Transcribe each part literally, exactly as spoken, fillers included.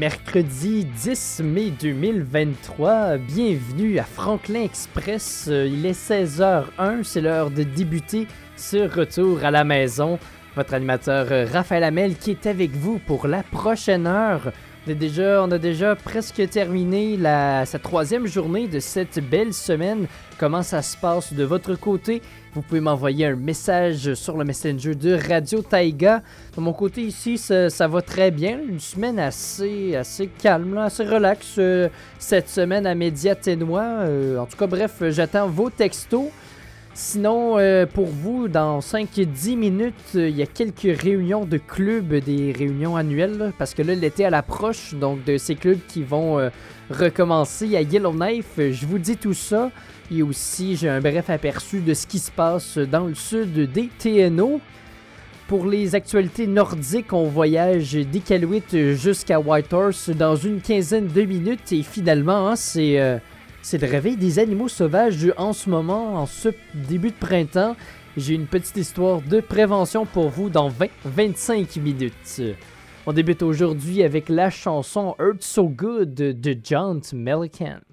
Mercredi dix mai deux mille vingt-trois, bienvenue à Franklin Express. Il est seize heures un, c'est l'heure de débuter ce retour à la maison. Votre animateur Raphaël Hamel qui est avec vous pour la prochaine heure. On a déjà, on a déjà presque terminé la, sa troisième journée de cette belle semaine. Comment ça se passe de votre côté? Vous pouvez m'envoyer un message sur le Messenger de Radio Taïga. De mon côté ici, ça, ça va très bien. Une semaine assez, assez calme, là, assez relax. Euh, cette semaine à médias ténois. Euh, en tout cas, bref, j'attends vos textos. Sinon, euh, pour vous, dans cinq à dix minutes, euh, il y a quelques réunions de clubs, des réunions annuelles, là, parce que là, l'été à l'approche, donc de ces clubs qui vont euh, recommencer à Yellowknife. Je vous dis tout ça. Et aussi, j'ai un bref aperçu de ce qui se passe dans le sud des T N O. Pour les actualités nordiques, on voyage d'Iqaluit jusqu'à Whitehorse dans une quinzaine de minutes. Et finalement, hein, c'est... Euh, C'est le réveil des animaux sauvages en ce moment, en ce début de printemps. J'ai une petite histoire de prévention pour vous dans vingt à vingt-cinq minutes. On débute aujourd'hui avec la chanson Hurt So Good de John Mellencamp.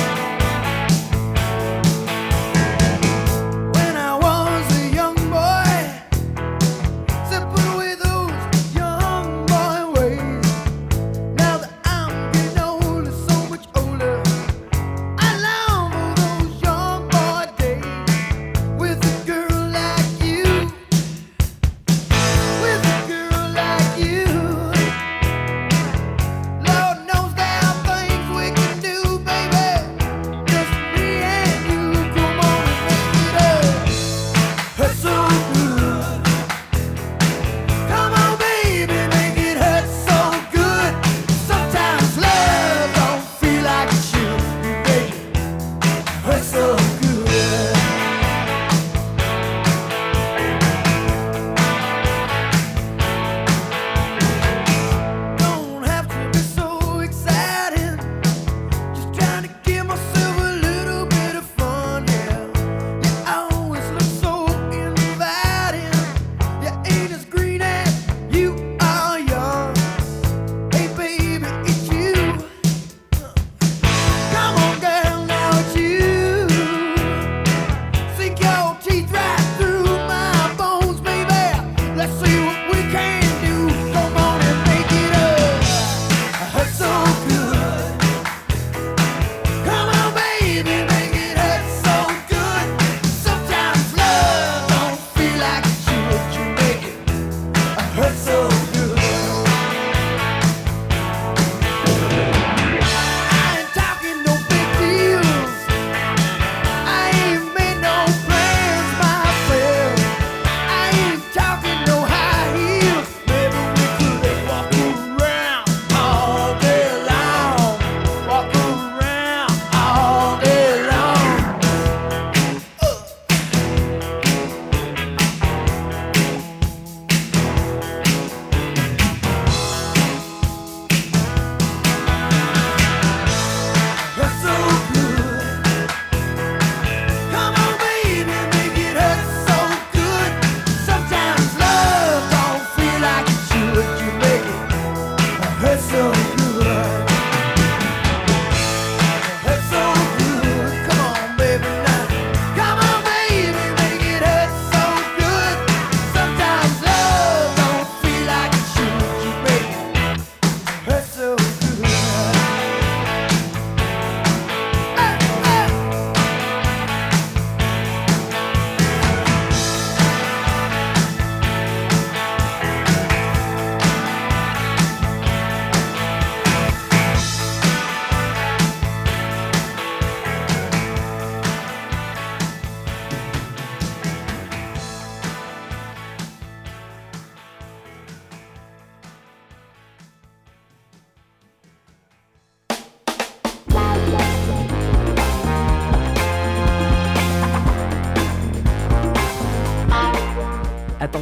When I was a young boy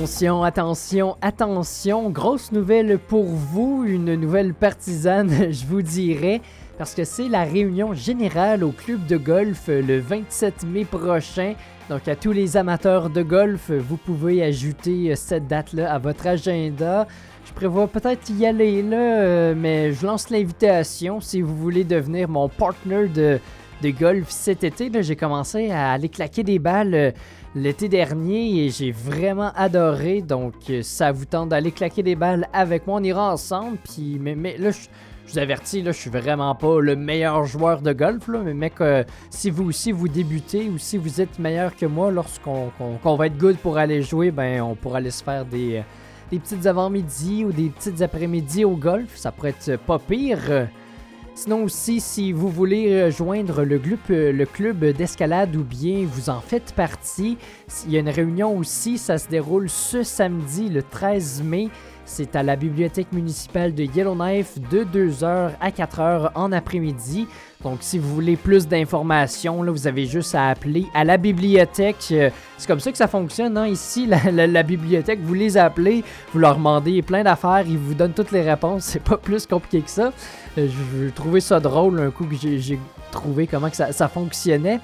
Attention, attention, attention, grosse nouvelle pour vous, une nouvelle partisane, je vous dirais, parce que c'est la réunion générale au club de golf le vingt-sept mai prochain. Donc à tous les amateurs de golf, vous pouvez ajouter cette date-là à votre agenda. Je prévois peut-être y aller là, mais je lance l'invitation si vous voulez devenir mon partner de, de golf cet été. Là, j'ai commencé à aller claquer des balles l'été dernier et j'ai vraiment adoré. Donc ça vous tente d'aller claquer des balles avec moi, on ira ensemble. Puis, mais, mais là, je, je vous avertis, là, je suis vraiment pas le meilleur joueur de golf, là, mais mec, euh, si vous aussi vous débutez ou si vous êtes meilleur que moi, lorsqu'on qu'on, qu'on va être good pour aller jouer, ben on pourra aller se faire des... des petites avant-midi ou des petites après-midi au golf, ça pourrait être pas pire. Sinon aussi, si vous voulez rejoindre le club, le club d'escalade ou bien vous en faites partie, il y a une réunion aussi, ça se déroule ce samedi, le treize mai. C'est à la bibliothèque municipale de Yellowknife de deux heures à quatre heures en après-midi. Donc, si vous voulez plus d'informations, là, vous avez juste à appeler à la bibliothèque. C'est comme ça que ça fonctionne, hein? Ici, la, la, la bibliothèque, vous les appelez, vous leur demandez plein d'affaires, ils vous donnent toutes les réponses. C'est pas plus compliqué que ça. Je, je trouvais ça drôle un coup que j'ai, j'ai trouvé comment que ça, ça fonctionnait.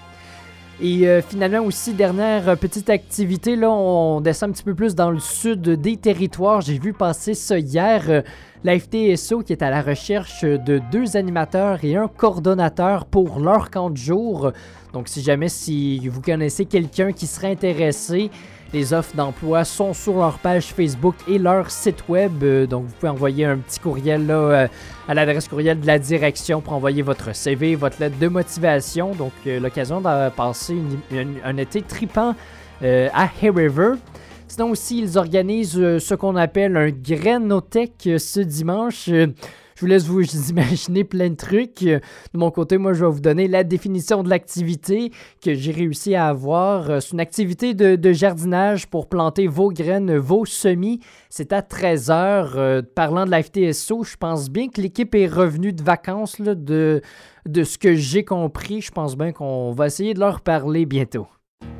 Et euh, finalement aussi, dernière euh, petite activité, là, on descend un petit peu plus dans le sud des territoires. J'ai vu passer ça hier, euh, la F T S O qui est à la recherche de deux animateurs et un coordonnateur pour leur camp de jour. Donc si jamais si vous connaissez quelqu'un qui serait intéressé, les offres d'emploi sont sur leur page Facebook et leur site web. Donc, vous pouvez envoyer un petit courriel là, à l'adresse courriel de la direction pour envoyer votre C V, votre lettre de motivation. Donc, euh, l'occasion de passer une, une, un été tripant euh, à Hay River. Sinon aussi, ils organisent euh, ce qu'on appelle un Grainotech euh, ce dimanche. Euh, Je vous laisse vous imaginer plein de trucs. De mon côté, moi, je vais vous donner la définition de l'activité que j'ai réussi à avoir. C'est une activité de, de jardinage pour planter vos graines, vos semis. C'est à treize heures. Euh, parlant de la F T S O, je pense bien que l'équipe est revenue de vacances là, de, de ce que j'ai compris. Je pense bien qu'on va essayer de leur parler bientôt.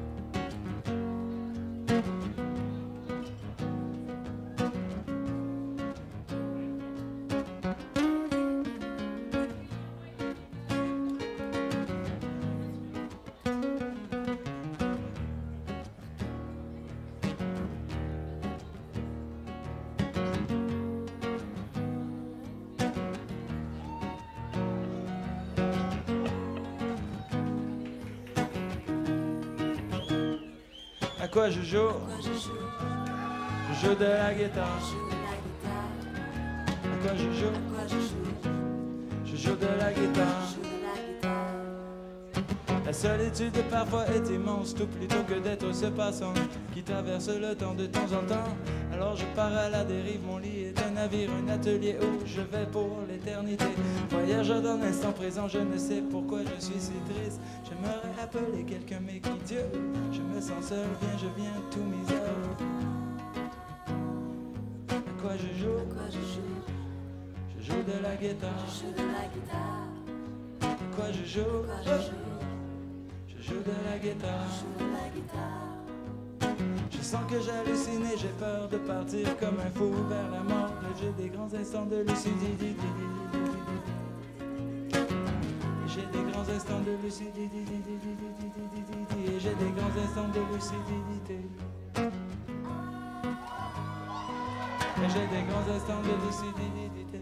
À quoi je joue? Je joue de la guitare. À quoi je joue? Je joue de la guitare. La solitude parfois est immense, tout plutôt que d'être ce passant qui traverse le temps de temps en temps. Alors je pars à la dérive, mon lit est un navire, un atelier où je vais pour l'éternité. Voyageur dans l'instant présent, je ne sais pourquoi je suis si triste. J'aimerais appeler quelqu'un, mais qui Dieu? Je me sens seul, viens, je viens, tout misère. À quoi je joue? Je joue de la guitare. À quoi je joue? Je joue de la guitare. Je sens que j'hallucine et j'ai peur de partir comme un fou vers la mort. J'ai des grands instants de lucidité. J'ai des grands instants de lucidité. Et j'ai des grands instants de lucidité. Et j'ai des grands instants de lucidité.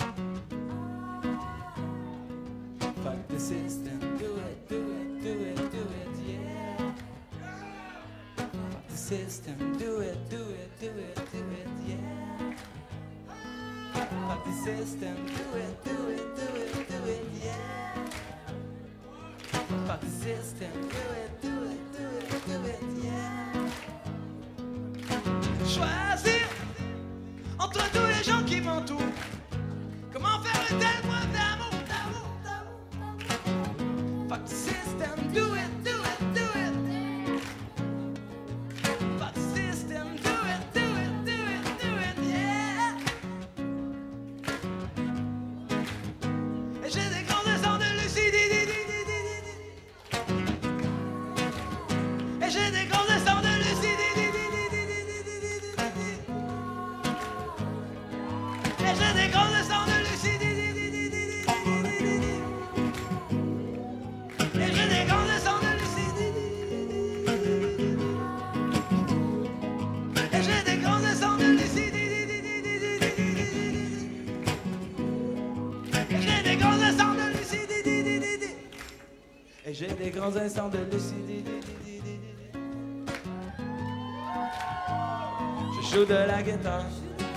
Fuck the system, do it, do it, do it, do it, yeah. Fuck the system, do it, do it, do it, do it, yeah. Fuck the system, do it, do it, do it, do it, yeah. Fuck the system, do it, do it, do it, do it, yeah. Choisir entre tous les gens qui m'entourent. Comment faire une telle preuve d'amour, d'amour, d'amour. Fuck the system, do it, do it, do it. Fuck the system, do it, do it, do it, do it, yeah. Et j'ai des grands instants de lucidité. Et j'ai des grands instants de lucidité. j'ai des grands instants de lucidité. Je joue de la guitare.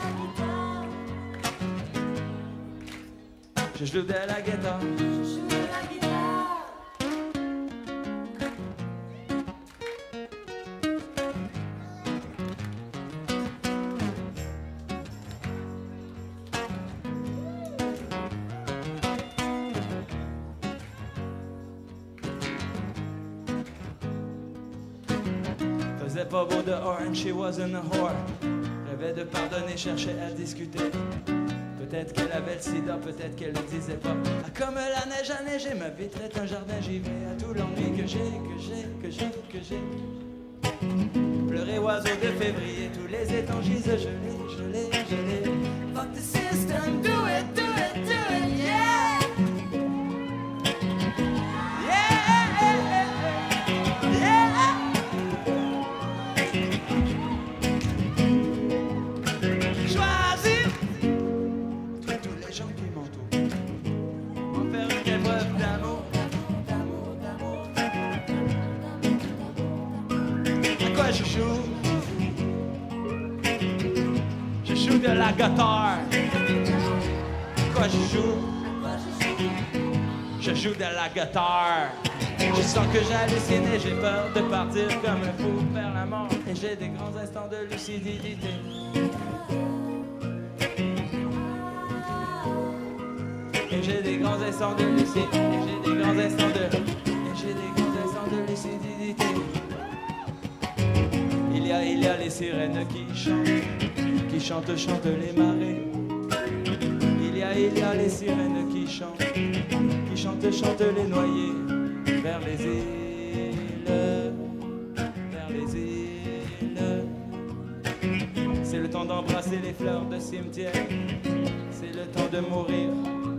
Je joue de la guitare. Faisait pas beau dehors and she wasn't a whore. Rêvait de pardonner, cherchait à discuter. Peut-être qu'elle avait le sida, peut-être qu'elle le disait pas. Ah, comme la neige a neigé, ma vie traite un jardin. J'y vais à tout l'ennui que j'ai, que j'ai, que j'ai, que j'ai. Pleurer oiseau de février, tous les étangs gisent, je l'ai, je l'ai, je l'ai. Fuck the system, do it, do it, do it, yeah! Je joue, je joue de la guitare. Quoi je joue? Je joue de la guitare. Je sens que j'hallucine et j'ai peur de partir comme un fou vers la mort. Et j'ai des grands instants de lucidité. Et j'ai des grands instants de lucidité. Et j'ai des grands instants de. Et j'ai des grands instants de lucidité. Il y a, il y a les sirènes qui chantent, qui chantent, chantent les marées. Il y a, il y a les sirènes qui chantent, qui chantent, chantent les noyés. Vers les îles, vers les îles. C'est le temps d'embrasser les fleurs de cimetière. C'est le temps de mourir.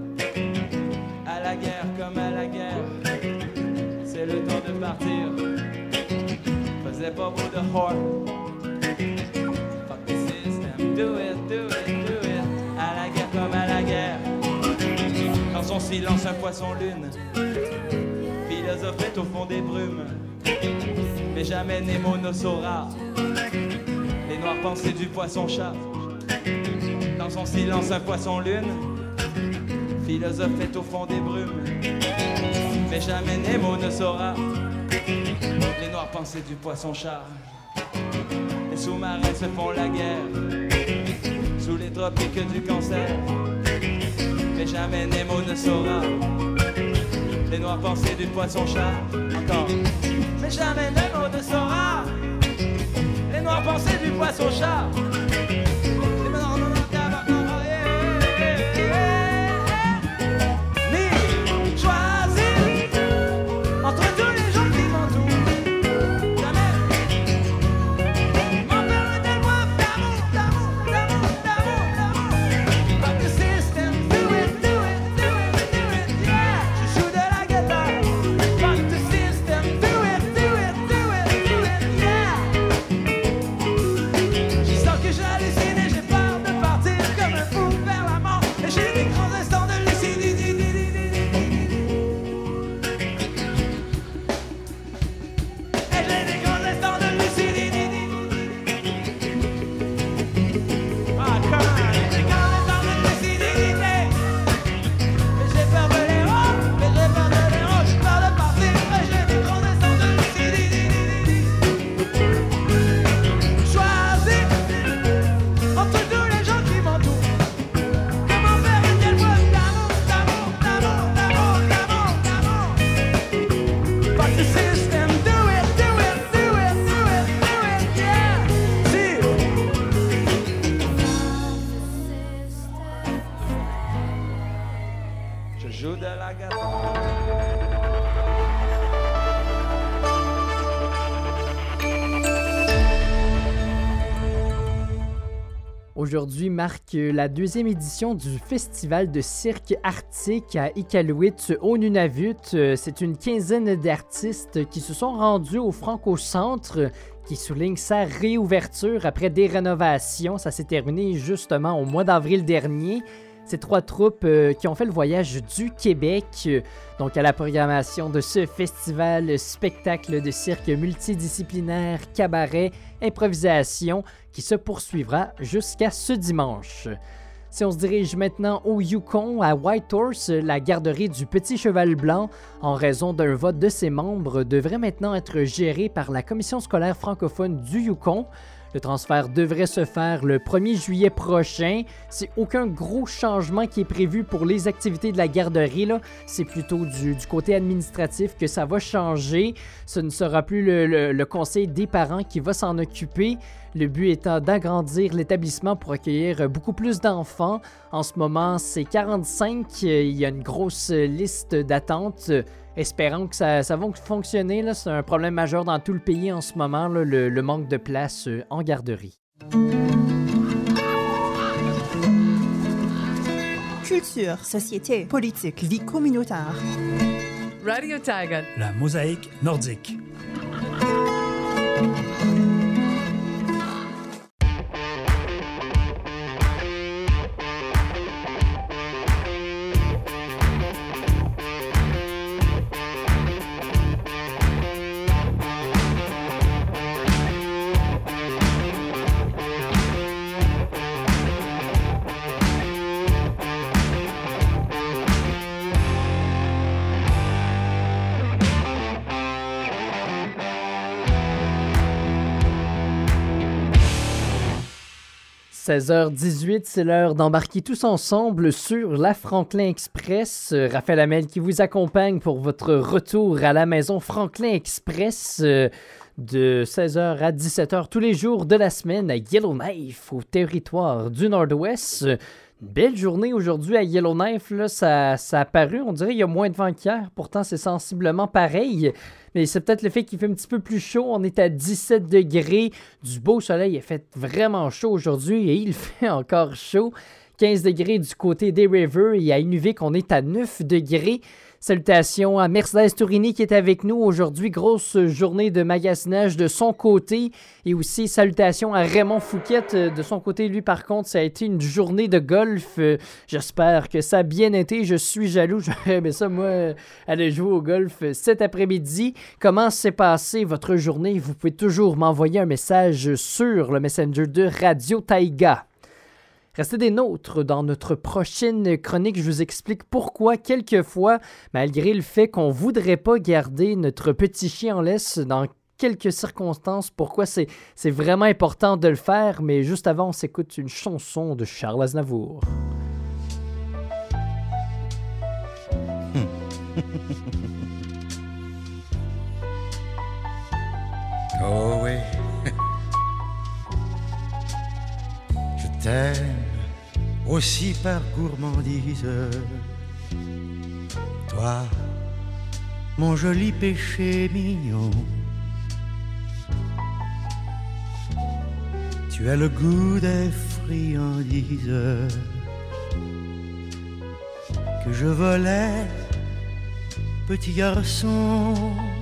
À la guerre comme à la guerre. C'est le temps de partir. Faisait pas beau de whore. Fuck the system, do it, do it, do it. À la guerre comme à la guerre. Dans son silence, un poisson lune philosophait au fond des brumes. Mais jamais Nemo ne saura les noires pensées du poisson-chat. Dans son silence, un poisson lune philosophait au fond des brumes. Mais jamais Nemo ne saura les noires pensées du poisson-chat. Les sous-marins se font la guerre sous les tropiques du cancer. Mais jamais Nemo ne saura les noires pensées du poisson-chat. Encore. Mais jamais Nemo ne saura les noires pensées du poisson-chat. Aujourd'hui marque la deuxième édition du Festival de cirque arctique à Iqaluit au Nunavut. C'est une quinzaine d'artistes qui se sont rendus au Franco-Centre qui souligne sa réouverture après des rénovations. Ça s'est terminé justement au mois d'avril dernier. Ces trois troupes euh, qui ont fait le voyage du Québec, euh, donc à la programmation de ce festival spectacle de cirque multidisciplinaire, cabaret, improvisation, qui se poursuivra jusqu'à ce dimanche. Si on se dirige maintenant au Yukon, à Whitehorse, la garderie du Petit Cheval Blanc, en raison d'un vote de ses membres, devrait maintenant être gérée par la Commission scolaire francophone du Yukon. Le transfert devrait se faire le premier juillet prochain. C'est aucun gros changement qui est prévu pour les activités de la garderie, là. C'est plutôt du, du côté administratif que ça va changer. Ce ne sera plus le, le, le conseil des parents qui va s'en occuper. Le but étant d'agrandir l'établissement pour accueillir beaucoup plus d'enfants. En ce moment, c'est quarante-cinq. Il y a une grosse liste d'attente. Espérons que ça, ça va fonctionner. Là. C'est un problème majeur dans tout le pays en ce moment, là, le, le manque de place euh, en garderie. Culture, société, politique, vie communautaire. Radio Tiger. La mosaïque nordique. seize heures dix-huit, c'est l'heure d'embarquer tous ensemble sur la Franklin Express. Euh, Raphaël Hamel qui vous accompagne pour votre retour à la maison Franklin Express euh, de seize heures à dix-sept heures tous les jours de la semaine à Yellowknife, au territoire du Nord-Ouest. Euh, Une belle journée aujourd'hui à Yellowknife, là, ça, ça a paru, on dirait qu'il y a moins de vent qu'hier, pourtant c'est sensiblement pareil. Mais c'est peut-être le fait qu'il fait un petit peu plus chaud. On est à dix-sept degrés. Du beau soleil. Il a fait vraiment chaud aujourd'hui et il fait encore chaud. quinze degrés du côté des Rivers et à Inuvik, on est à neuf degrés. Salutations à Mercedes Tourini qui est avec nous aujourd'hui. Grosse journée de magasinage de son côté. Et aussi salutations à Raymond Fouquette. De son côté, lui, par contre, ça a été une journée de golf. Euh, j'espère que ça a bien été. Je suis jaloux. J'aurais aimé ça, moi, aller jouer au golf cet après-midi. Comment s'est passée votre journée? Vous pouvez toujours m'envoyer un message sur le Messenger de Radio Taïga. Restez des nôtres dans notre prochaine chronique. Je vous explique pourquoi, quelquefois, malgré le fait qu'on ne voudrait pas garder notre petit chien en laisse dans quelques circonstances, pourquoi c'est, c'est vraiment important de le faire. Mais juste avant, on s'écoute une chanson de Charles Aznavour. Oh oui, je t'aime aussi par gourmandise. Toi, mon joli péché mignon, tu as le goût des friandises que je volais, petit garçon,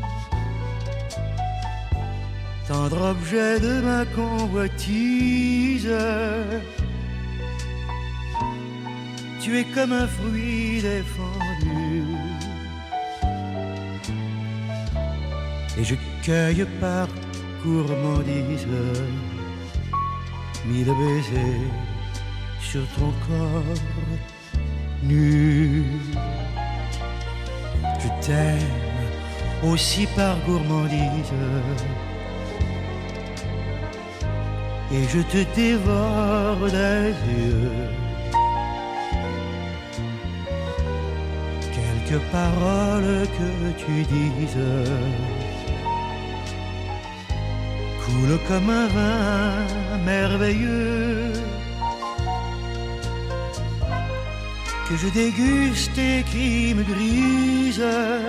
tendre objet de ma convoitise. Tu es comme un fruit défendu et je cueille par gourmandise mille baisers sur ton corps nu. Je t'aime aussi par gourmandise et je te dévore des yeux. Quelques paroles que tu dises coulent comme un vin merveilleux que je déguste et qui me grise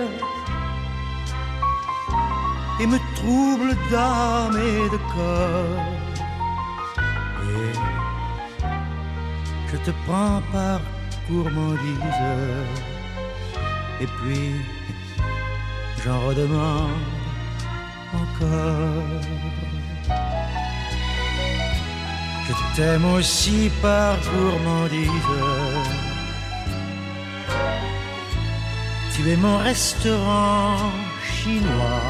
et me trouble d'âme et de corps. Et je te prends par gourmandise et puis j'en redemande encore. Je t'aime aussi par gourmandise Tu es mon restaurant chinois.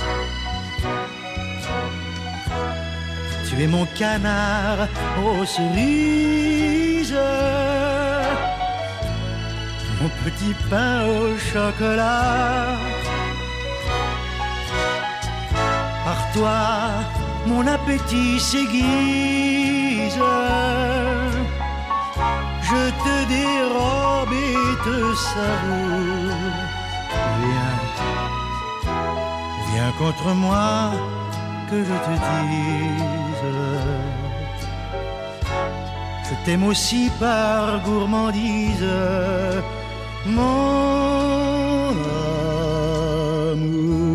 Tu es mon canard aux cerises. Mon petit pain au chocolat. Par toi, mon appétit s'aiguise. Je te dérobe et te savoure. Viens, viens contre moi, que je te dise. Je t'aime aussi par gourmandise, mon amour.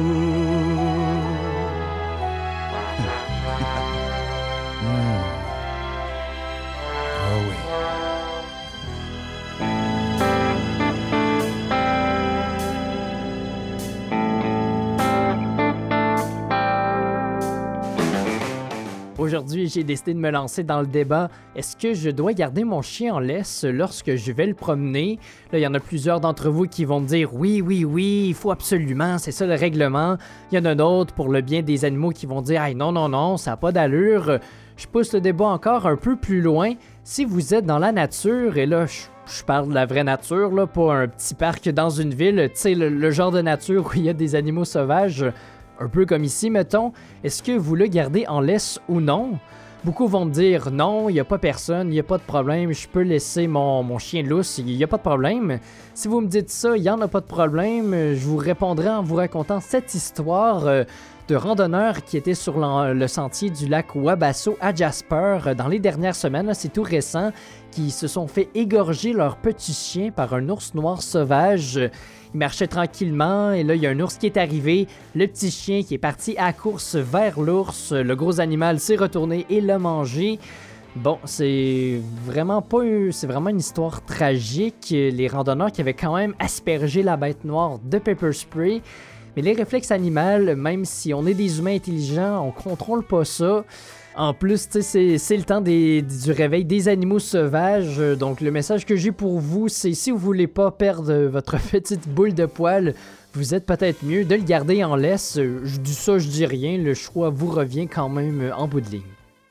Aujourd'hui, j'ai décidé de me lancer dans le débat. Est-ce que je dois garder mon chien en laisse lorsque je vais le promener? Là, il y en a plusieurs d'entre vous qui vont me dire « Oui, oui, oui, il faut absolument, c'est ça le règlement. » Il y en a d'autres, pour le bien des animaux, qui vont dire « Hey, non, non, non, ça n'a pas d'allure. » Je pousse le débat encore un peu plus loin. Si vous êtes dans la nature, et là, je, je parle de la vraie nature, là, pas un petit parc dans une ville, tu sais, le, le genre de nature où il y a des animaux sauvages, un peu comme ici, mettons, est-ce que vous le gardez en laisse ou non? Beaucoup vont me dire non, il n'y a pas personne, il n'y a pas de problème, je peux laisser mon, mon chien lousse, il n'y a pas de problème. Si vous me dites ça, il n'y en a pas de problème, je vous répondrai en vous racontant cette histoire euh, de randonneurs qui étaient sur le sentier du lac Wabasso à Jasper euh, dans les dernières semaines, là, c'est tout récent, qui se sont fait égorger leur petit chien par un ours noir sauvage. Ils marchaient tranquillement et là, il y a un ours qui est arrivé. Le petit chien qui est parti à course vers l'ours. Le gros animal s'est retourné et l'a mangé. Bon, c'est vraiment pas... C'est vraiment une histoire tragique. Les randonneurs qui avaient quand même aspergé la bête noire de pepper spray. Mais les réflexes animaux, même si on est des humains intelligents, on contrôle pas ça. En plus, c'est, c'est le temps des, du réveil des animaux sauvages. Donc, le message que j'ai pour vous, c'est si vous voulez pas perdre votre petite boule de poil, vous êtes peut-être mieux de le garder en laisse. Je dis ça, je dis rien. Le choix vous revient quand même en bout de ligne.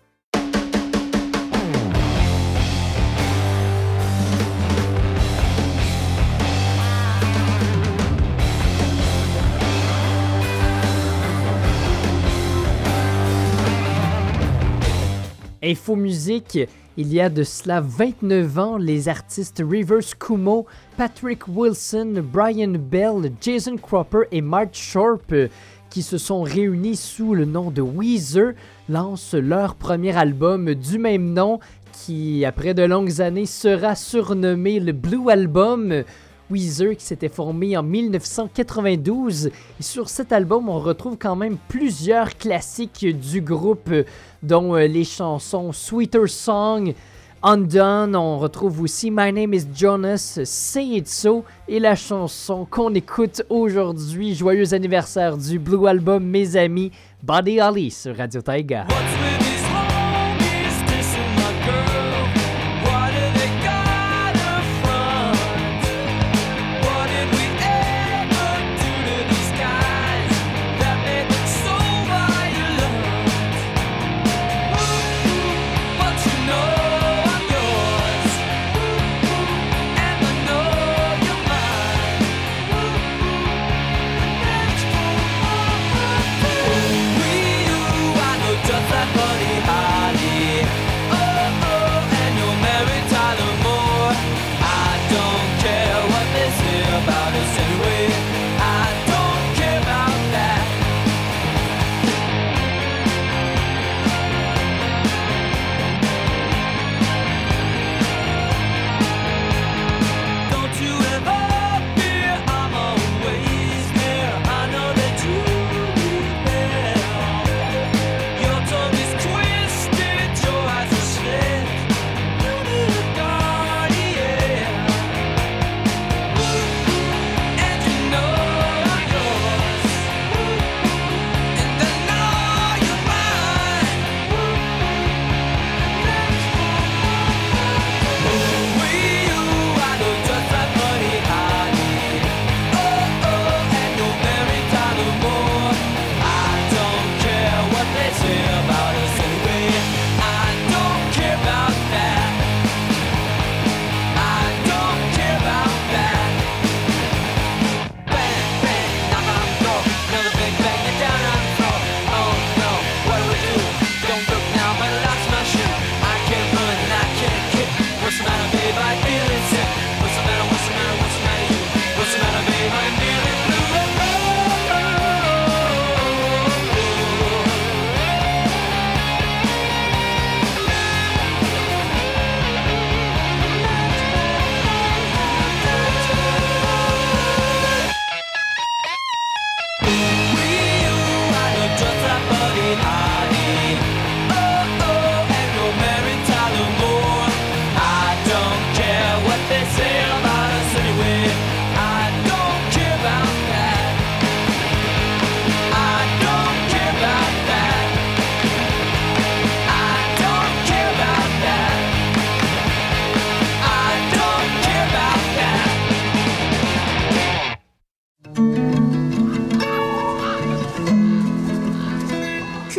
Info musique, il y a de cela vingt-neuf ans, les artistes Rivers Cuomo, Patrick Wilson, Brian Bell, Jason Cropper et Mark Sharp, qui se sont réunis sous le nom de Weezer, lancent leur premier album du même nom, qui, après de longues années, sera surnommé le Blue Album. Weezer qui s'était formé en dix-neuf cent quatre-vingt-douze et sur cet album on retrouve quand même plusieurs classiques du groupe dont les chansons Sweeter Song, Undone, on retrouve aussi My Name is Jonas, Say It So et la chanson qu'on écoute aujourd'hui. Joyeux anniversaire du Blue Album mes amis, Buddy Holly sur Radio Taiga. Just like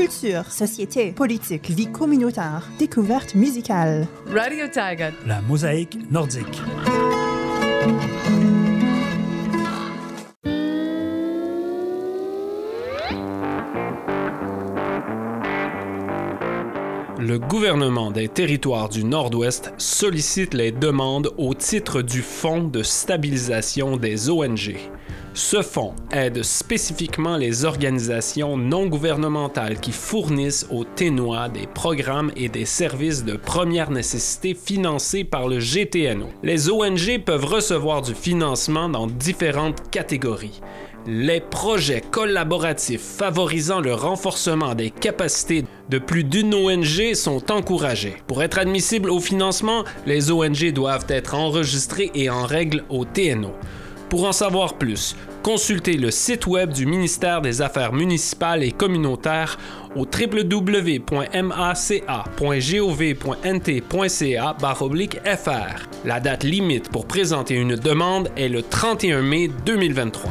Culture, société, politique, vie communautaire, découverte musicale. Radio Taiga. La mosaïque nordique. Le gouvernement des territoires du Nord-Ouest sollicite les demandes au titre du Fonds de stabilisation des O N G. Ce fonds aide spécifiquement les organisations non gouvernementales qui fournissent aux Ténois des programmes et des services de première nécessité financés par le G T N O. Les O N G peuvent recevoir du financement dans différentes catégories. Les projets collaboratifs favorisant le renforcement des capacités de plus d'une O N G sont encouragés. Pour être admissibles au financement, les O N G doivent être enregistrés et en règle au T N O. Pour en savoir plus, consultez le site web du ministère des Affaires municipales et communautaires au w w w point maca point gov point n t point c a barre oblique f r. La date limite pour présenter une demande est le trente et un mai deux mille vingt-trois.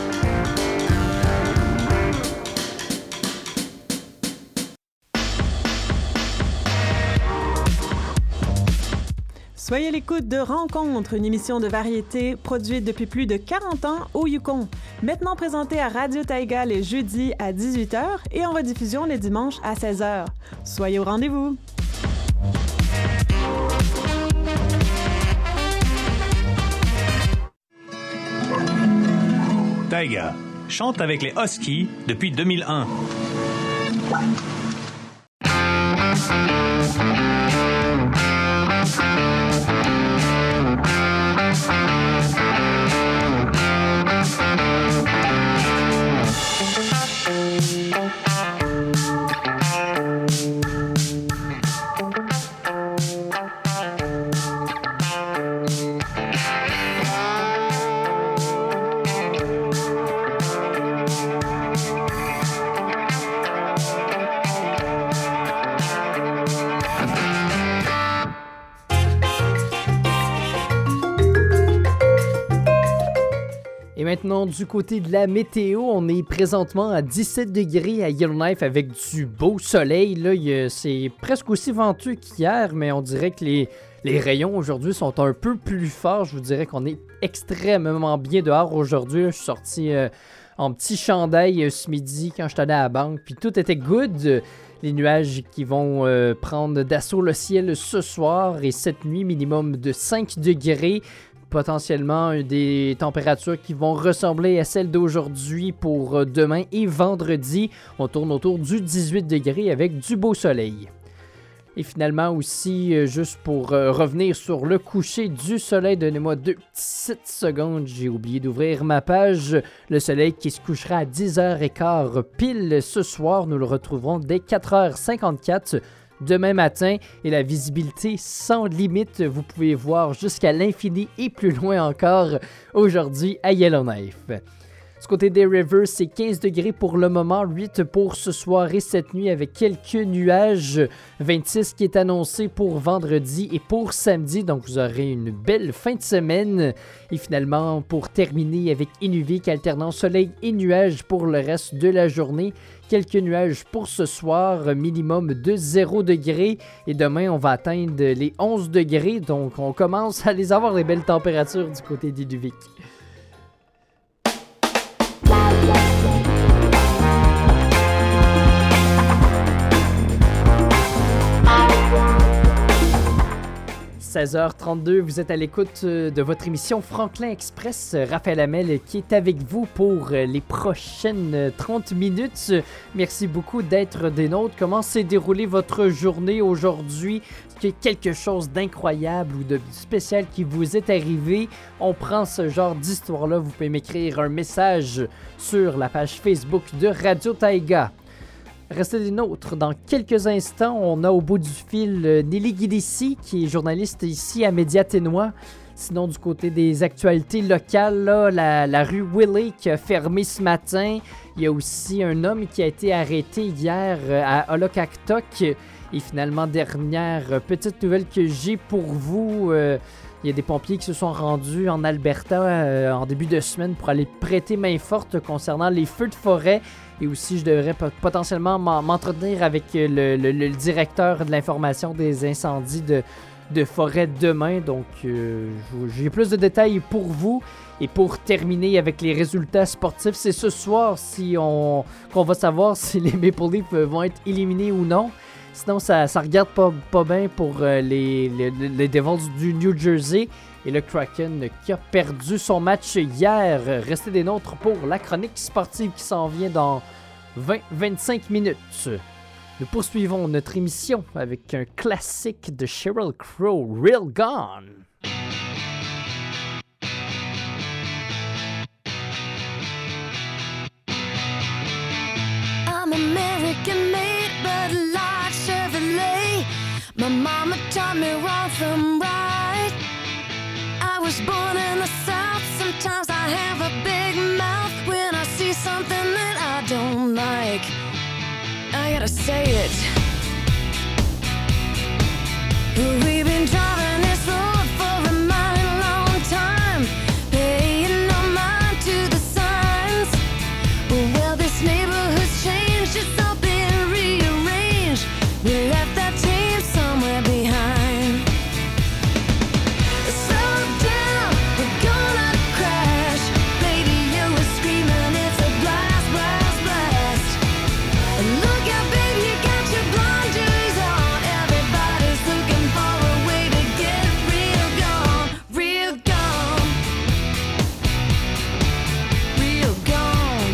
Soyez à l'écoute de Rencontre, une émission de variété produite depuis plus de quarante ans au Yukon. Maintenant présentée à Radio Taiga les jeudis à dix-huit heures et en rediffusion les dimanches à seize heures. Soyez au rendez-vous! Taiga chante avec les Huskies depuis deux mille un. Maintenant, du côté de la météo, on est présentement à dix-sept degrés à Yellowknife avec du beau soleil. Là, a, c'est presque aussi venteux qu'hier, mais on dirait que les, les rayons aujourd'hui sont un peu plus forts. Je vous dirais qu'on est extrêmement bien dehors aujourd'hui. Là, je suis sorti euh, en petit chandail euh, ce midi quand je suis allé à la banque, puis tout était good. Les nuages qui vont euh, prendre d'assaut le ciel ce soir et cette nuit, minimum de cinq degrés. Potentiellement des températures qui vont ressembler à celles d'aujourd'hui pour demain et vendredi. On tourne autour du dix-huit degrés avec du beau soleil. Et finalement aussi, juste pour revenir sur le coucher du soleil, donnez-moi deux petites secondes, j'ai oublié d'ouvrir ma page. Le soleil qui se couchera à dix heures quinze pile ce soir, nous le retrouverons dès quatre heures cinquante-quatre. Demain matin, et la visibilité sans limite, vous pouvez voir jusqu'à l'infini et plus loin encore aujourd'hui à Yellowknife. Du côté des Rivers, c'est quinze degrés pour le moment, huit pour ce soir et cette nuit avec quelques nuages, vingt-six qui est annoncé pour vendredi et pour samedi, donc vous aurez une belle fin de semaine. Et finalement, pour terminer avec Inuvik, alternant soleil et nuages pour le reste de la journée. Quelques nuages pour ce soir, minimum de zéro degré. Et demain, on va atteindre les onze degrés. Donc, on commence à les avoir les belles températures du côté d'Inuvik. seize heures trente-deux, vous êtes à l'écoute de votre émission Franklin Express. Raphaël Hamel qui est avec vous pour les prochaines trente minutes. Merci beaucoup d'être des nôtres. Comment s'est déroulée votre journée aujourd'hui? Est-ce qu'il y a quelque chose d'incroyable ou de spécial qui vous est arrivé? On prend ce genre d'histoire-là. Vous pouvez m'écrire un message sur la page Facebook de Radio Taiga. Restez des nôtres. Dans quelques instants, on a au bout du fil Nelly Guidissi, qui est journaliste ici à Média Ténois. Sinon, du côté des actualités locales, là, la, la rue Willie qui a fermé ce matin. Il y a aussi un homme qui a été arrêté hier à Olokaktok. Et finalement, dernière petite nouvelle que j'ai pour vous, euh, Il y a des pompiers qui se sont rendus en Alberta euh, en début de semaine pour aller prêter main forte concernant les feux de forêt. Et aussi, je devrais potentiellement m'entretenir avec le, le, le directeur de l'information des incendies de, de forêt demain. Donc, euh, j'ai plus de détails pour vous. Et pour terminer avec les résultats sportifs, c'est ce soir si on, qu'on va savoir si les Maple Leafs vont être éliminés ou non. Sinon, ça ça regarde pas, pas bien pour euh, les, les, les Devils du New Jersey. Et le Kraken qui a perdu son match hier. Restez des nôtres pour la chronique sportive qui s'en vient dans vingt à vingt-cinq minutes. Nous poursuivons notre émission avec un classique de Sheryl Crow, Real Gone. I'm American made, but a large Chevrolet. My mama taught me wrong from right. I was born in the South. Sometimes I have a big mouth when I see something that I don't like. I gotta say it. We've been driving this road for a mighty long time, paying no mind to the signs. Well, this neighborhood's changed, it's all been rearranged. We left that team somewhere behind. Slow down, we're gonna crash. Radio is screaming, it's a blast, blast, blast. Look out, baby, you got your blinders on. Everybody's looking for a way to get real gone, real gone, real gone.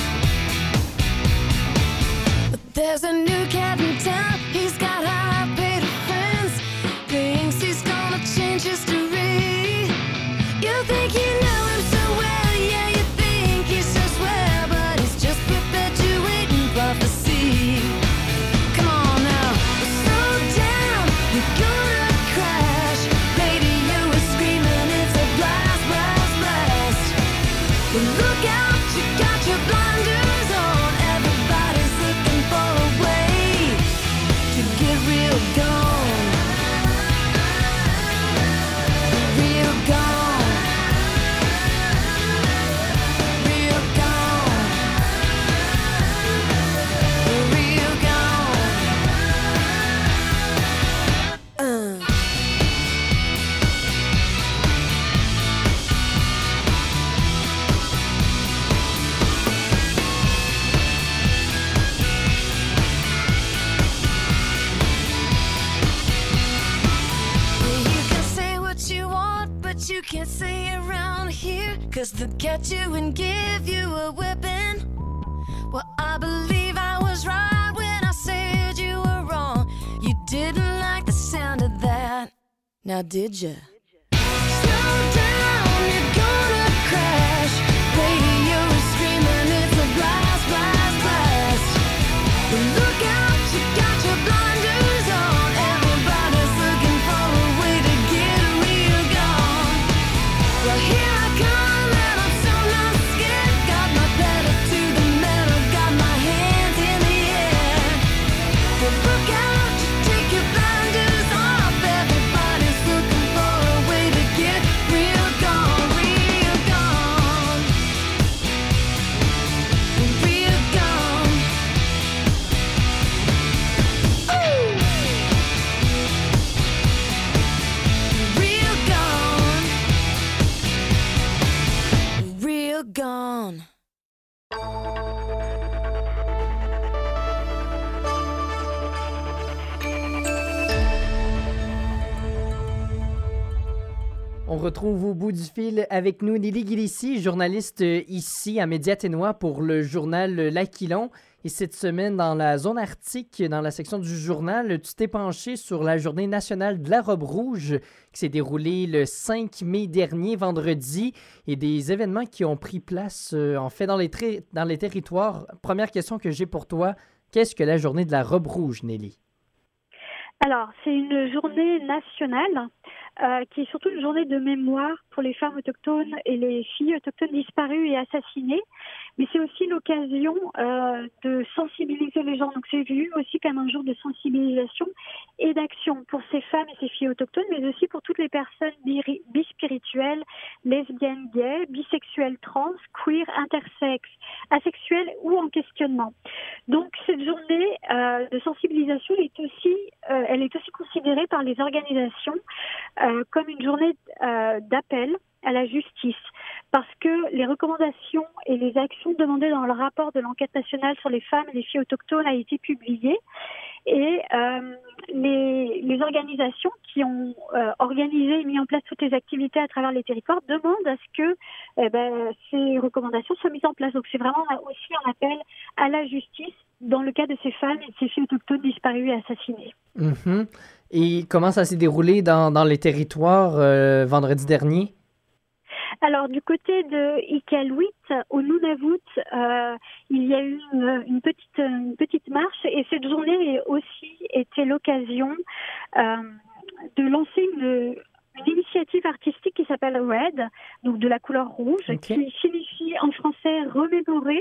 But there's a new cat in town, he's got high-paid friends. Thinks he's gonna change history. You think you know him so well, yeah, you think he's so swell, but he's just perpetuating prophecy. Come on now, slow down, you're gonna crash. Radio is screaming, it's a blast, blast, blast. Look out, you got your blinders on. Everybody's looking for a way to get real gone, real gone, real gone, real gone. Uh. You can say what you want, but you can't say it around here, 'cause they'll get you and give you a whipping. Well, I believe I was right when I said you were wrong. You didn't like the sound of that, now did ya? Slow down, you're gonna crash. Radio is screaming, it's a blast, blast, blast. Look out, you got your blinders on. Everybody's looking for a way to get real gone. Well, here I come, and I'm so not scared. Got my pedal to the metal, got my hands in the air. Well, look out, you take your blinders off. Everybody's looking for a way to get real gone, real gone, real gone. Ooh. Real gone, real gone. On retrouve au bout du fil avec nous Nelly Guilissi, journaliste ici à Média-Ténois pour le journal L'Aquilon. Et cette semaine, dans la zone arctique, dans la section du journal, tu t'es penché sur la journée nationale de la robe rouge qui s'est déroulée le cinq mai dernier, vendredi, et des événements qui ont pris place, euh, en fait, dans les, tri- dans les territoires. Première question que j'ai pour toi, qu'est-ce que la journée de la robe rouge, Nelly? Alors, c'est une journée nationale euh, qui est surtout une journée de mémoire pour les femmes autochtones et les filles autochtones disparues et assassinées. Mais c'est aussi l'occasion euh, de sensibiliser les gens. Donc c'est vu aussi comme un jour de sensibilisation et d'action pour ces femmes et ces filles autochtones, mais aussi pour toutes les personnes bi- bispirituelles, lesbiennes, gays, bisexuelles, trans, queer, intersexes, asexuelles ou en questionnement. Donc cette journée euh, de sensibilisation est aussi, euh, elle est aussi considérée par les organisations euh, comme une journée euh, d'appel à la justice, parce que les recommandations et les actions demandées dans le rapport de l'enquête nationale sur les femmes et les filles autochtones a été publié, et euh, les, les organisations qui ont euh, organisé et mis en place toutes les activités à travers les territoires demandent à ce que eh ben, ces recommandations soient mises en place. Donc c'est vraiment aussi un appel à la justice dans le cas de ces femmes et de ces filles autochtones disparues et assassinées. Mm-hmm. Et comment ça s'est déroulé dans, dans les territoires euh, vendredi dernier? Alors, du côté de Iqaluit, au Nunavut, euh, il y a eu une, une, petite, une petite marche, et cette journée a aussi été l'occasion euh, de lancer une, une initiative artistique qui s'appelle RED, donc de la couleur rouge, okay. qui signifie en français remémorer,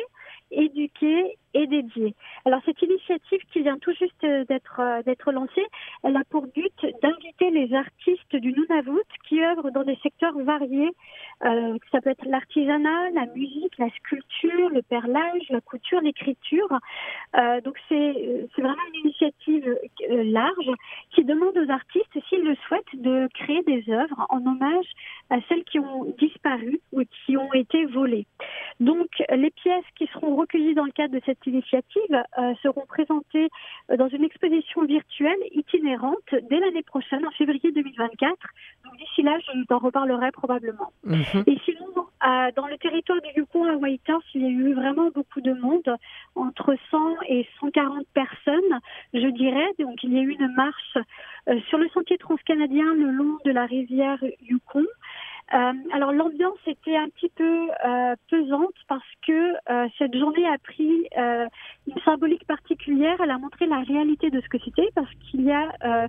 éduquer et dédier. Alors cette initiative qui vient tout juste d'être d'être lancée, elle a pour but d'inviter les artistes du Nunavut qui œuvrent dans des secteurs variés. Euh, ça peut être l'artisanat, la musique, la sculpture, le perlage, la couture, l'écriture. Euh, donc c'est c'est vraiment une initiative euh, large qui demande aux artistes, s'ils le souhaitent, de créer des œuvres en hommage à celles qui ont disparu ou qui ont été volées. Donc les pièces qui seront recueillies dans le cadre de cette initiative euh, seront présentées euh, dans une exposition virtuelle itinérante dès l'année prochaine, en février deux mille vingt-quatre. Donc d'ici là, je t'en reparlerai probablement. Mm-hmm. Et sinon, euh, dans le territoire du Yukon à Whitehorse, il y a eu vraiment beaucoup de monde, entre cent et cent quarante personnes, je dirais. Donc il y a eu une marche euh, sur le sentier transcanadien le long de la rivière Yukon. Euh, alors l'ambiance était un petit peu euh, pesante parce que euh, cette journée a pris euh, une symbolique particulière. Elle a montré la réalité de ce que c'était, parce qu'il y a euh,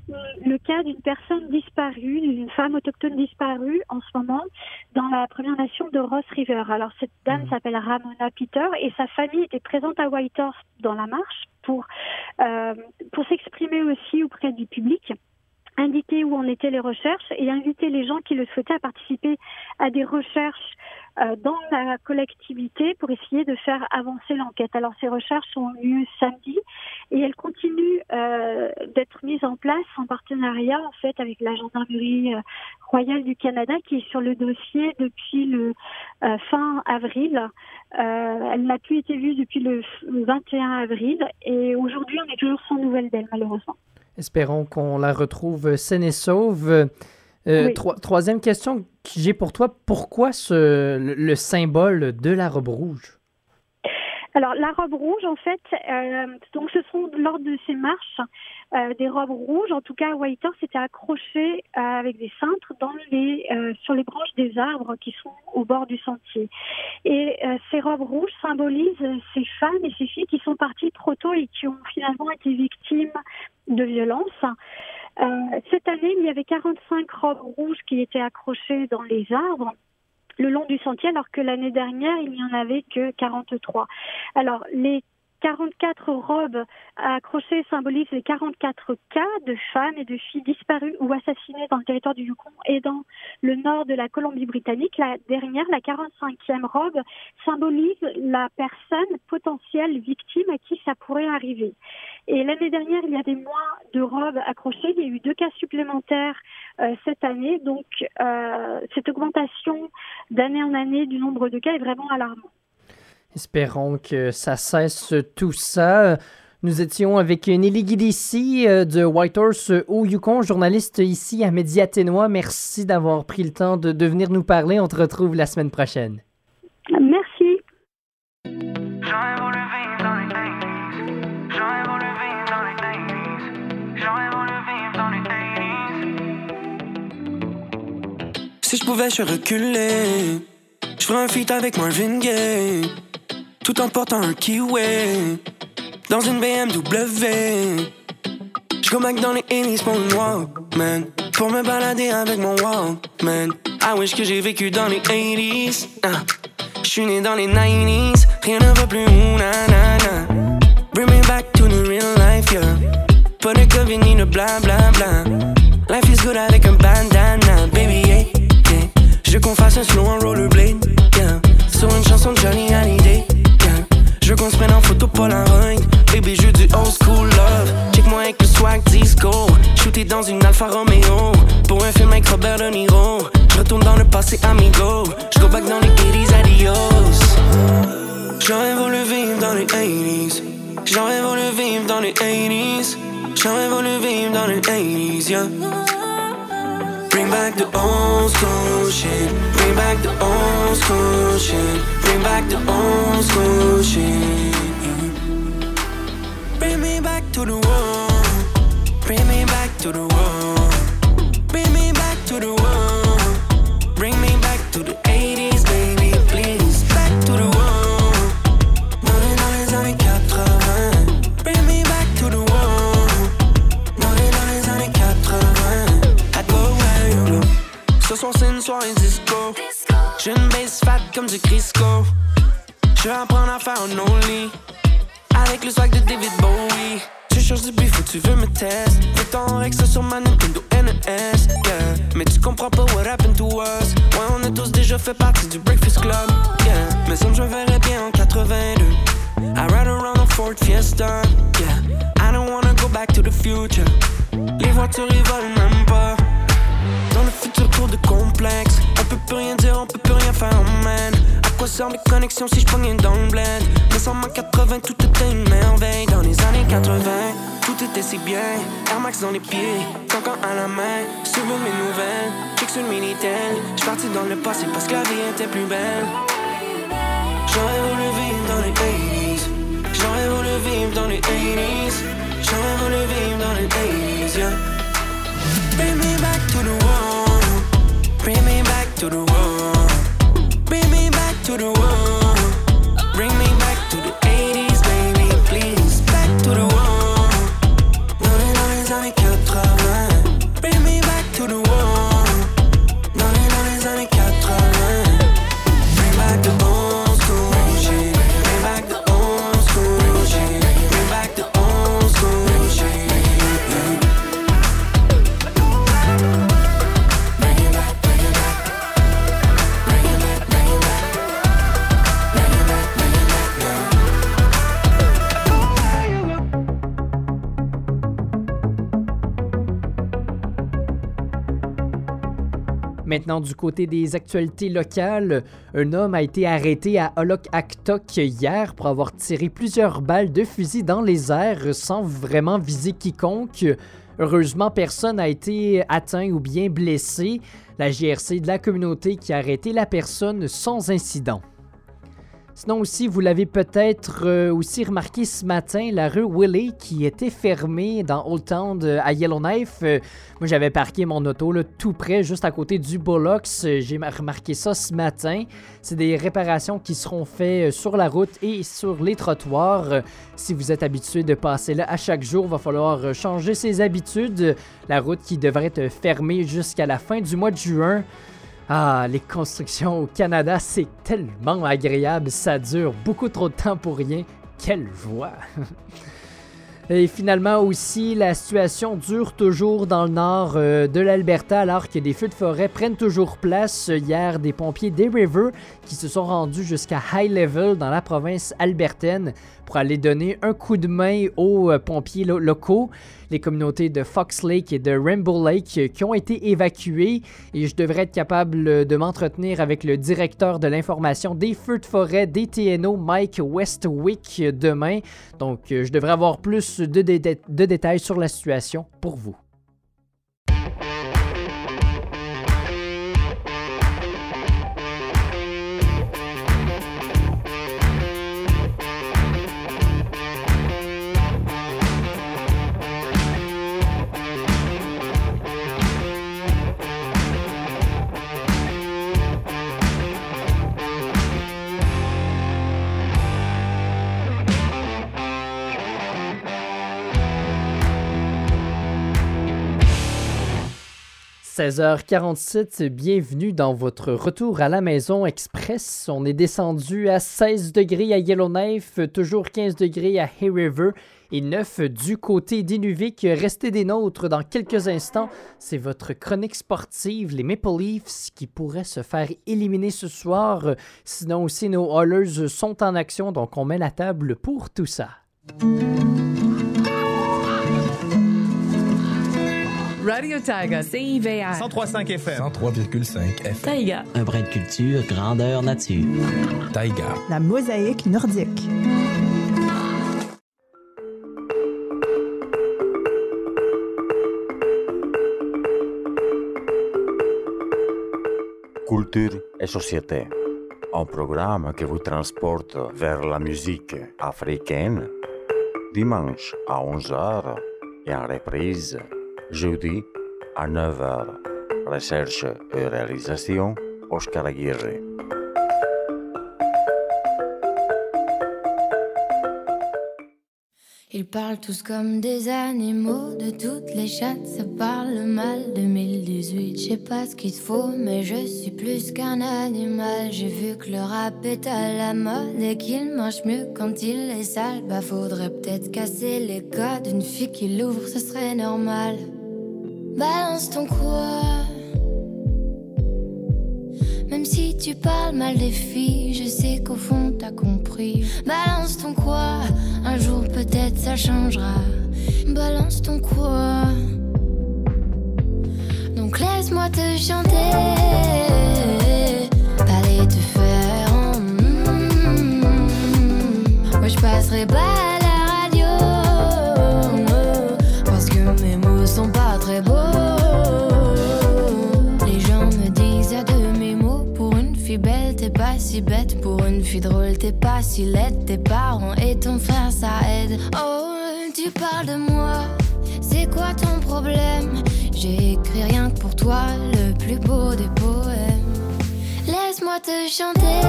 le cas d'une personne disparue, d'une femme autochtone disparue en ce moment dans la Première Nation de Ross River. Alors cette dame mmh. s'appelle Ramona Peter et sa famille était présente à Whitehorse dans la marche pour euh, pour s'exprimer aussi auprès du public, indiquer où en étaient les recherches et inviter les gens qui le souhaitaient à participer à des recherches euh, dans la collectivité pour essayer de faire avancer l'enquête. Alors ces recherches ont eu lieu samedi et elles continuent euh, d'être mises en place en partenariat en fait avec la gendarmerie euh, royale du Canada qui est sur le dossier depuis le euh, fin avril. Euh, elle n'a plus été vue depuis le vingt et un avril et aujourd'hui on est toujours sans nouvelles d'elle malheureusement. Espérons qu'on la retrouve saine et sauve. Euh, oui. tro- troisième question que j'ai pour toi, pourquoi ce, le, le symbole de la robe rouge? Alors, la robe rouge, en fait, euh, donc ce sont lors de ces marches euh, des robes rouges. En tout cas, à Whitehorse, c'était accroché euh, avec des cintres dans les, euh, sur les branches des arbres qui sont au bord du sentier. Et euh, ces robes rouges symbolisent ces femmes et ces filles qui sont parties trop tôt et qui ont finalement été victimes de violences. Euh, cette année, il y avait quarante-cinq robes rouges qui étaient accrochées dans les arbres le long du sentier, alors que l'année dernière, il n'y en avait que quarante-trois. Alors, les quarante-quatre robes accrochées symbolisent les quarante-quatre cas de femmes et de filles disparues ou assassinées dans le territoire du Yukon et dans le nord de la Colombie-Britannique. La dernière, la quarante-cinquième robe, symbolise la personne potentielle victime à qui ça pourrait arriver. Et l'année dernière, il y avait moins de robes accrochées. Il y a eu deux cas supplémentaires euh, cette année. Donc, euh, cette augmentation d'année en année du nombre de cas est vraiment alarmante. Espérons que ça cesse tout ça. Nous étions avec Nelly Guidissi de Whitehorse au Yukon, journaliste ici à Médiaténois. Merci d'avoir pris le temps de, de venir nous parler. On te retrouve la semaine prochaine. Merci. Si je pouvais, je reculer. Je ferais un feat avec Marvin Gaye, tout en portant un kiwi dans une B M W. Je go back dans les eighties pour une walk, man. pour me balader avec mon Walkman. I wish que j'ai vécu dans les eighties. Ah. J'suis né dans les nineties, rien ne va plus, ouh, na na na. Bring me back to the real life, yeah. Pas de Covid ni de bla bla bla. Life is good avec un bandana, baby, yeah, yeah. Je veux qu'on fasse un slow en rollerblade, yeah. Sur une chanson de Johnny Hallyday, yeah. Je veux qu'on se prenne en photo Polaroid, baby, je veux du old school love. Check-moi avec le swag disco, shooté dans une Alfa Romeo. Pour un film avec Robert De Niro, je retourne dans le passé, amigo. Je go back dans les eighties, adios. J'aurais voulu vivre dans les eighties. J'aurais voulu vivre dans les eighties. J'aurais voulu vivre dans les eighties, yeah. Bring back the old school shit. Bring back the old school shit. Bring back the old school shit. Bring me back to the world. Bring me back to the world. Bring me back to the world. Bring me back to the eighties, baby, please. Back to the world. Dans les, dans les années quatre-vingts. Bring me back to the world. Dans les, dans les années quatre-vingts. I'd go where you go. Ce soir c'est une soirée disco. J'ai une bass fat comme du Crisco. Je vais apprendre à faire un only. Avec le swag de David Bowie. Tu changes de bif ou tu veux me tester. Fais ton Rex sur ma Nintendo N E S, yeah. Mais tu comprends pas what happened to us. Ouais, on a tous déjà fait partie du Breakfast Club, yeah. Mais ça je me verrais bien en quatre-vingt-deux. I ride around a Ford Fiesta, yeah. I don't wanna go back to the future. Les voitures ils volent même pas. Dans le futur tour de complexe. On peut plus rien dire, on peut plus rien faire, man. À quoi servent les connexions si j'pogne dans le bled? Mais sans ma quatre-vingts, tout était une merveille. Dans les années quatre-vingts, tout était si bien. Air Max dans les pieds, ton camp à la main. Suivre mes nouvelles, check sur le Minitel. J'partis dans le passé parce que la vie était plus belle. J'aurais voulu vivre dans les eighties. J'aurais voulu vivre dans les eighties. J'aurais voulu vivre dans les eighties, yeah. Bring me back to the world. Bring me back to the world. Bring me back to the world. Bring me back to the eighties, baby, please. Back to the world. Dans les, dans les années quatre-vingts. Bring me back to the world. Dans les, dans les années quatre-vingts. Bring back the old school shit. Bring back the old school shit. Bring back the old school shit. Maintenant, du côté des actualités locales, un homme a été arrêté à Olok-Aktok hier pour avoir tiré plusieurs balles de fusil dans les airs sans vraiment viser quiconque. Heureusement, personne n'a été atteint ou bien blessé. La G R C de la communauté qui a arrêté la personne sans incident. Sinon aussi, vous l'avez peut-être euh, aussi remarqué ce matin, la rue Willie qui était fermée dans Old Town de, à Yellowknife. Euh, moi, j'avais parqué mon auto là, tout près, juste à côté du Bullocks. Euh, j'ai remarqué ça ce matin. C'est des réparations qui seront faites euh, sur la route et sur les trottoirs. Euh, si vous êtes habitué de passer là à chaque jour, il va falloir euh, changer ses habitudes. La route qui devrait être fermée jusqu'à la fin du mois de juin. Ah, les constructions au Canada, c'est tellement agréable, ça dure beaucoup trop de temps pour rien. Quelle joie! Et finalement aussi, la situation dure toujours dans le nord euh, de l'Alberta alors que des feux de forêt prennent toujours place. Hier, des pompiers des Rivers qui se sont rendus jusqu'à High Level dans la province albertaine pour aller donner un coup de main aux euh, pompiers lo- locaux. Les communautés de Fox Lake et de Rainbow Lake euh, qui ont été évacuées et je devrais être capable de m'entretenir avec le directeur de l'information des feux de forêt des T N O, Mike Westwick, demain. Donc, euh, je devrais avoir plus de, dé- de détails sur la situation pour vous. seize heures quarante-sept, bienvenue dans votre retour à la maison express. On est descendu à seize degrés à Yellowknife, toujours quinze degrés à Hay River et neuf du côté d'Inuvik. Restez des nôtres dans quelques instants. C'est votre chronique sportive, les Maple Leafs, qui pourraient se faire éliminer ce soir. Sinon aussi, nos Oilers sont en action, donc on met la table pour tout ça. Radio Taiga. C I V R. cent trois virgule cinq F M. cent trois virgule cinq F M. Taiga. Un brin de culture, grandeur nature. Taiga. La mosaïque nordique. Culture et société. Un programme qui vous transporte vers la musique africaine. Dimanche à onze heures et en reprise jeudi à neuf heures. Recherche et réalisation, Oscar Aguirre. Ils parlent tous comme des animaux, de toutes les chattes, ça parle mal. deux mille dix-huit, je sais pas ce qu'il te faut, mais je suis plus qu'un animal. J'ai vu que le rap est à la mode et qu'il mange mieux quand il est sale. Bah faudrait peut-être casser les codes, une fille qui l'ouvre, ce serait normal. Balance ton quoi. Même si tu parles mal des filles, je sais qu'au fond t'as compris. Balance ton quoi, un jour peut-être ça changera. Balance ton quoi. Donc laisse-moi te chanter, aller te faire en mm-hmm. Moi je passerai pas à la radio, parce que mes mots sont pas très beaux. Les gens me disent à de mes mots, pour une fille belle t'es pas si bête, pour une fille drôle t'es pas si laide. Tes parents et ton frère ça aide. Oh tu parles de moi, c'est quoi ton problème? J'ai écrit rien que pour toi, le plus beau des poèmes. Laisse-moi te chanter,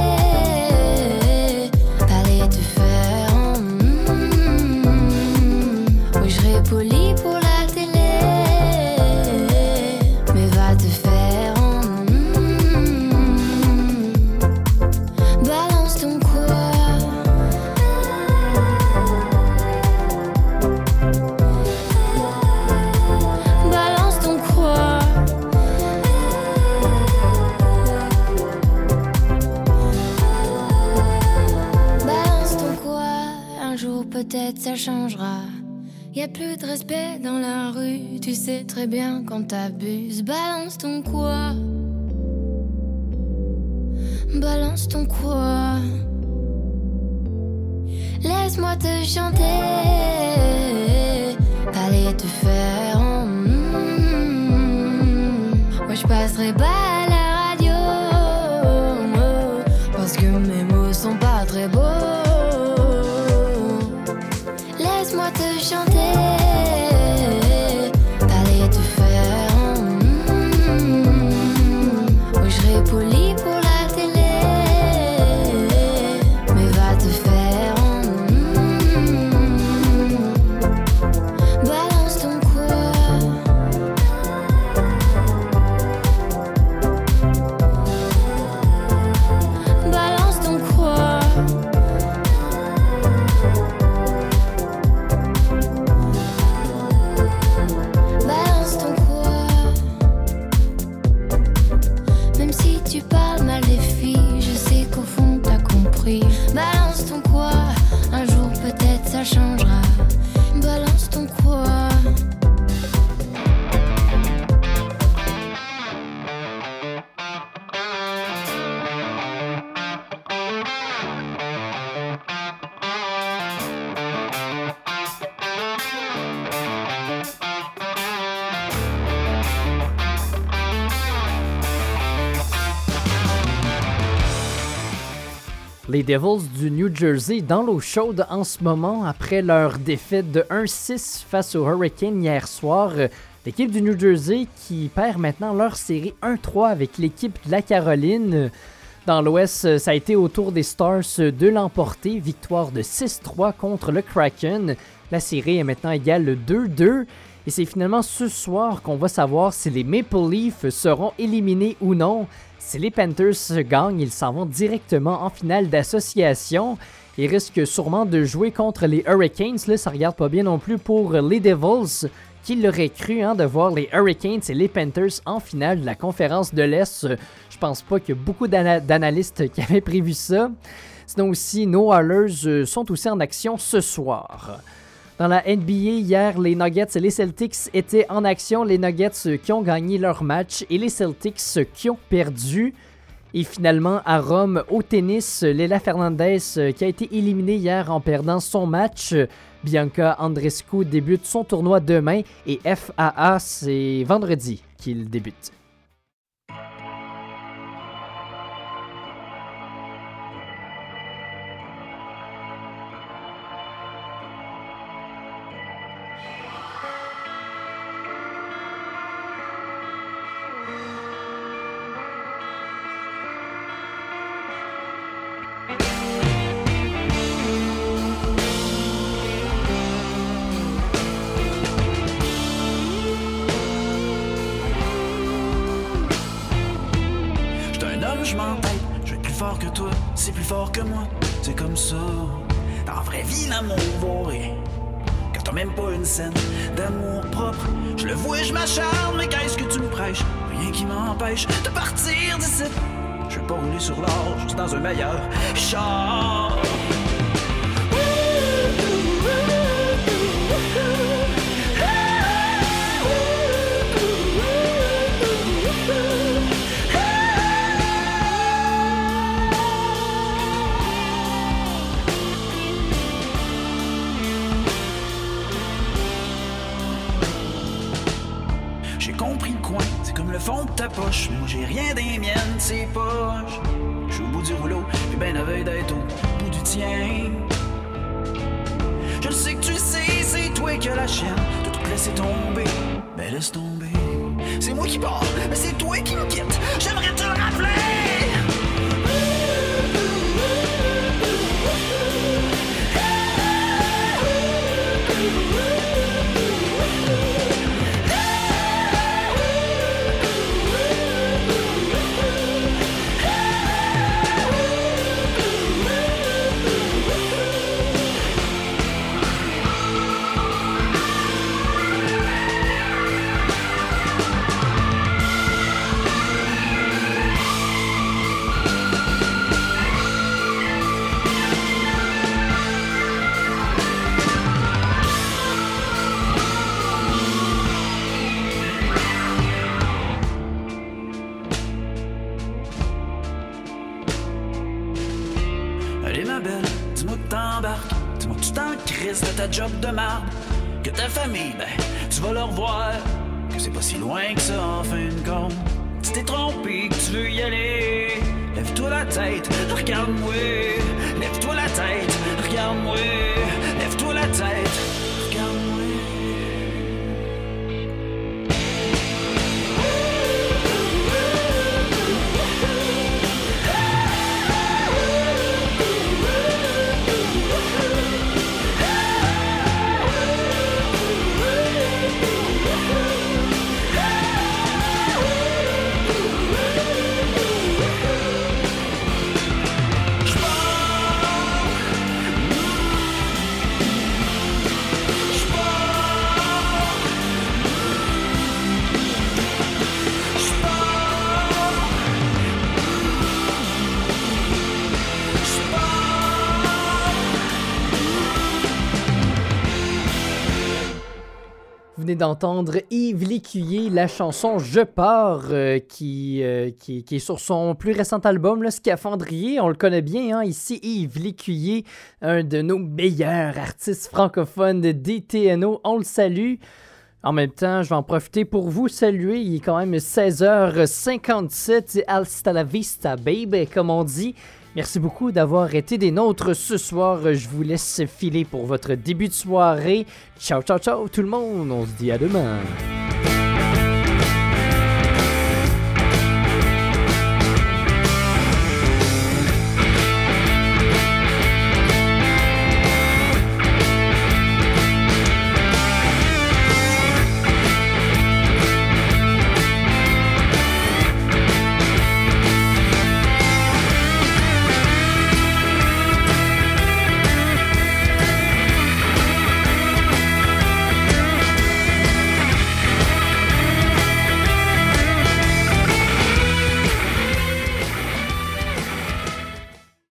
aller te faire en mm-hmm. Oui je serai poli pour la télé, mais va te faire en mm-hmm. Balance ton quoi. Balance ton quoi. Balance ton quoi. Un jour peut-être ça changera. Y'a plus de respect dans la rue, tu sais très bien quand t'abuses. Balance ton quoi. Balance ton quoi. Laisse-moi te chanter, aller te faire en mm-hmm. Moi je passerai pas à la radio, parce que mes mots sont pas très beaux. Laisse-moi te chanter, aller te faire en mm-hmm. Oui je serai poli pour la télé, mais va te faire en mm-hmm. Balance ton quoi. Balance ton quoi. Balance ton quoi. Même si tu parles mal des filles, je sais qu'au fond t'as compris. Balance ton quoi, un jour peut-être ça changera. Balance ton quoi. Les Devils du New Jersey dans l'eau chaude en ce moment après leur défaite de un six face aux Hurricanes hier soir. L'équipe du New Jersey qui perd maintenant leur série un trois avec l'équipe de la Caroline. Dans l'Ouest, ça a été au tour des Stars de l'emporter. Victoire de six trois contre le Kraken. La série est maintenant égale deux deux. Et c'est finalement ce soir qu'on va savoir si les Maple Leafs seront éliminés ou non. Si les Panthers gagnent, ils s'en vont directement en finale d'association. Ils risquent sûrement de jouer contre les Hurricanes. Là, ça regarde pas bien non plus pour les Devils. Qui l'aurait cru hein, de voir les Hurricanes et les Panthers en finale de la conférence de l'Est? Je pense pas qu'il y a beaucoup d'ana- d'analystes qui avaient prévu ça. Sinon aussi, nos Oilers sont aussi en action ce soir. Dans la N B A, hier, les Nuggets et les Celtics étaient en action. Les Nuggets qui ont gagné leur match et les Celtics qui ont perdu. Et finalement, à Rome, au tennis, Lela Fernandez qui a été éliminée hier en perdant son match. Bianca Andreescu débute son tournoi demain et F A A, c'est vendredi qu'il débute. Je m'entête, je vais être plus fort que toi, c'est plus fort que moi, c'est comme ça. Dans la vraie vie, l'amour vaut rien. Quand t'as même pas une scène d'amour propre, je le vois et je m'acharne, mais qu'est-ce que tu me prêches? Rien qui m'empêche de partir d'ici. Je vais pas rouler sur l'or, juste dans un meilleur char. Le fond de ta poche, moi j'ai rien des miennes, c'est poche. Je suis au bout du rouleau, puis ben la veille d'être au bout du tien. Je le sais que tu le sais, c'est toi qui as la chienne. De tout laisser tomber, ben laisse tomber. C'est moi qui pars, mais c'est toi qui me quitte. J'aimerais te le rappeler. De ta job de marde, que ta famille, ben, tu vas leur voir que c'est pas si loin que ça en fin de compte. Tu t'es trompé, que tu veux y aller. Lève-toi la tête, regarde-moi. Lève-toi la tête, regarde-moi. Lève-toi la tête, regarde-moi. Vous venez d'entendre Yves Lécuyer, la chanson Je pars, euh, qui, euh, qui, qui est sur son plus récent album, là, Scaphandrier. On le connaît bien, hein, ici, Yves Lécuyer, un de nos meilleurs artistes francophones de D T N O. On le salue. En même temps, je vais en profiter pour vous saluer. Il est quand même seize heures cinquante-sept. Hasta la vista, baby, comme on dit. Merci beaucoup d'avoir été des nôtres ce soir. Je vous laisse filer pour votre début de soirée. Ciao, ciao, ciao tout le monde. On se dit à demain.